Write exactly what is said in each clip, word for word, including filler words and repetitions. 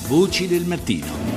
Voci del mattino.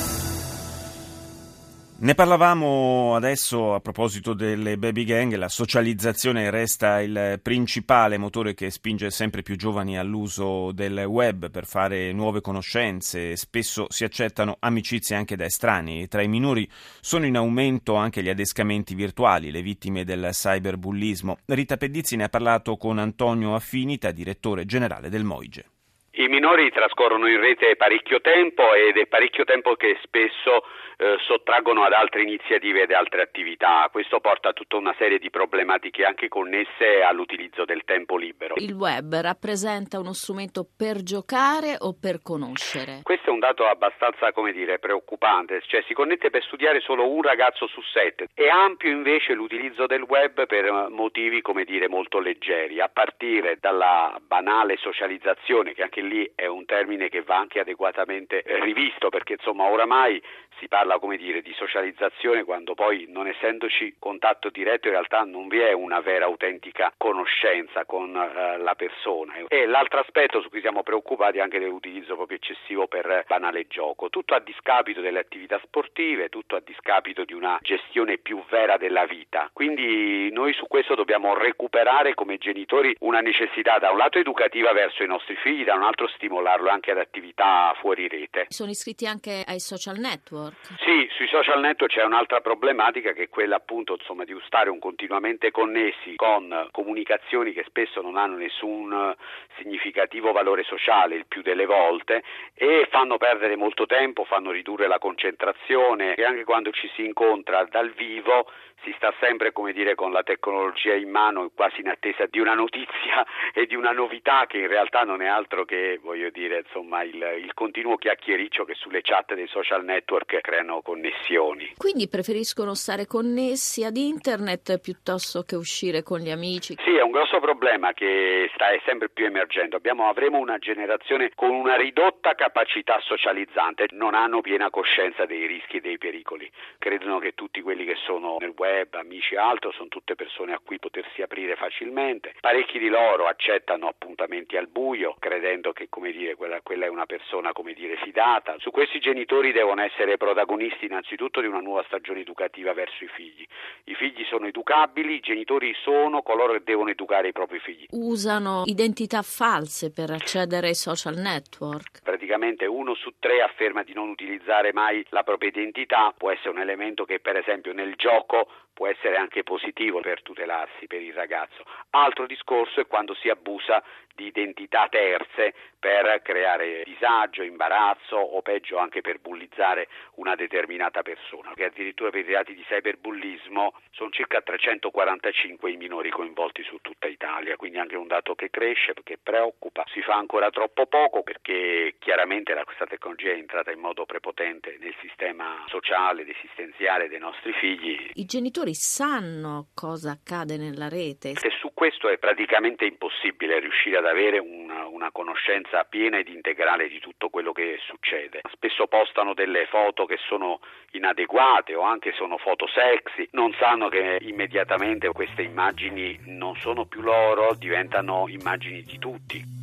Ne parlavamo adesso a proposito delle baby gang. La socializzazione resta il principale motore che spinge sempre più giovani all'uso del web per fare nuove conoscenze. Spesso si accettano amicizie anche da estranei. Tra i minori sono in aumento anche gli adescamenti virtuali, le vittime del cyberbullismo. Rita Pedizzi ne ha parlato con Antonio Affinita, direttore generale del Moige. I minori trascorrono in rete parecchio tempo ed è parecchio tempo che spesso eh, sottraggono ad altre iniziative ed altre attività. Questo porta a tutta una serie di problematiche anche connesse all'utilizzo del tempo libero. Il web rappresenta uno strumento per giocare o per conoscere? Questo è un dato abbastanza, come dire, preoccupante. Cioè si connette per studiare solo un ragazzo su sette. È ampio invece l'utilizzo del web per motivi, come dire, molto leggeri, a partire dalla banale socializzazione, che anche lì è un termine che va anche adeguatamente rivisto, perché insomma oramai si parla, come dire, di socializzazione quando poi, non essendoci contatto diretto, in realtà non vi è una vera autentica conoscenza con uh, la persona. E l'altro aspetto su cui siamo preoccupati è anche dell'utilizzo proprio eccessivo per banale gioco, tutto a discapito delle attività sportive, tutto a discapito di una gestione più vera della vita. Quindi noi su questo dobbiamo recuperare come genitori una necessità, da un lato educativa verso i nostri figli, da un altro stimolarlo anche ad attività fuori rete. Sono iscritti anche ai social network? Sì, sui social network c'è un'altra problematica, che è quella appunto insomma di stare un continuamente connessi con comunicazioni che spesso non hanno nessun significativo valore sociale il più delle volte, e fanno perdere molto tempo, fanno ridurre la concentrazione, e anche quando ci si incontra dal vivo si sta sempre, come dire, con la tecnologia in mano, quasi in attesa di una notizia e di una novità che in realtà non è altro che, voglio dire, insomma, il, il continuo chiacchiericcio che sulle chat dei social network creano connessioni. Quindi preferiscono stare connessi ad internet piuttosto che uscire con gli amici? Sì, è un grosso problema che sta è sempre più emergendo. Abbiamo, avremo una generazione con una ridotta capacità socializzante, non hanno piena coscienza dei rischi e dei pericoli. Credono che tutti quelli che sono nel web, amici e altro, sono tutte persone a cui potersi aprire facilmente. Parecchi di loro accettano appuntamenti al buio, credendo che, come dire, quella, quella è una persona, come dire, fidata. Su questi i genitori devono essere protagonisti innanzitutto di una nuova stagione educativa verso i figli. I figli sono educabili, i genitori sono coloro che devono educare i propri figli. Usano identità false per accedere ai social network? Praticamente uno su tre afferma di non utilizzare mai la propria identità. Può essere un elemento che, per esempio, nel gioco può essere anche positivo per tutelarsi, per il ragazzo. Altro discorso è quando si abusa di identità terze per creare disagio, imbarazzo o peggio anche per bullizzare una determinata persona, che addirittura per i reati di cyberbullismo sono circa trecentoquarantacinque i minori coinvolti su tutta Italia, quindi anche un dato che cresce, che preoccupa. Si fa ancora troppo poco perché chiaramente la, questa tecnologia è entrata in modo prepotente nel sistema sociale ed esistenziale dei nostri figli. I genitori sanno cosa accade nella rete? E su questo è praticamente impossibile riuscire ad avere una, una conoscenza piena ed integrale di tutto quello che succede. Spesso postano delle foto che sono inadeguate o anche sono foto sexy, non sanno che immediatamente queste immagini non sono più loro, diventano immagini di tutti.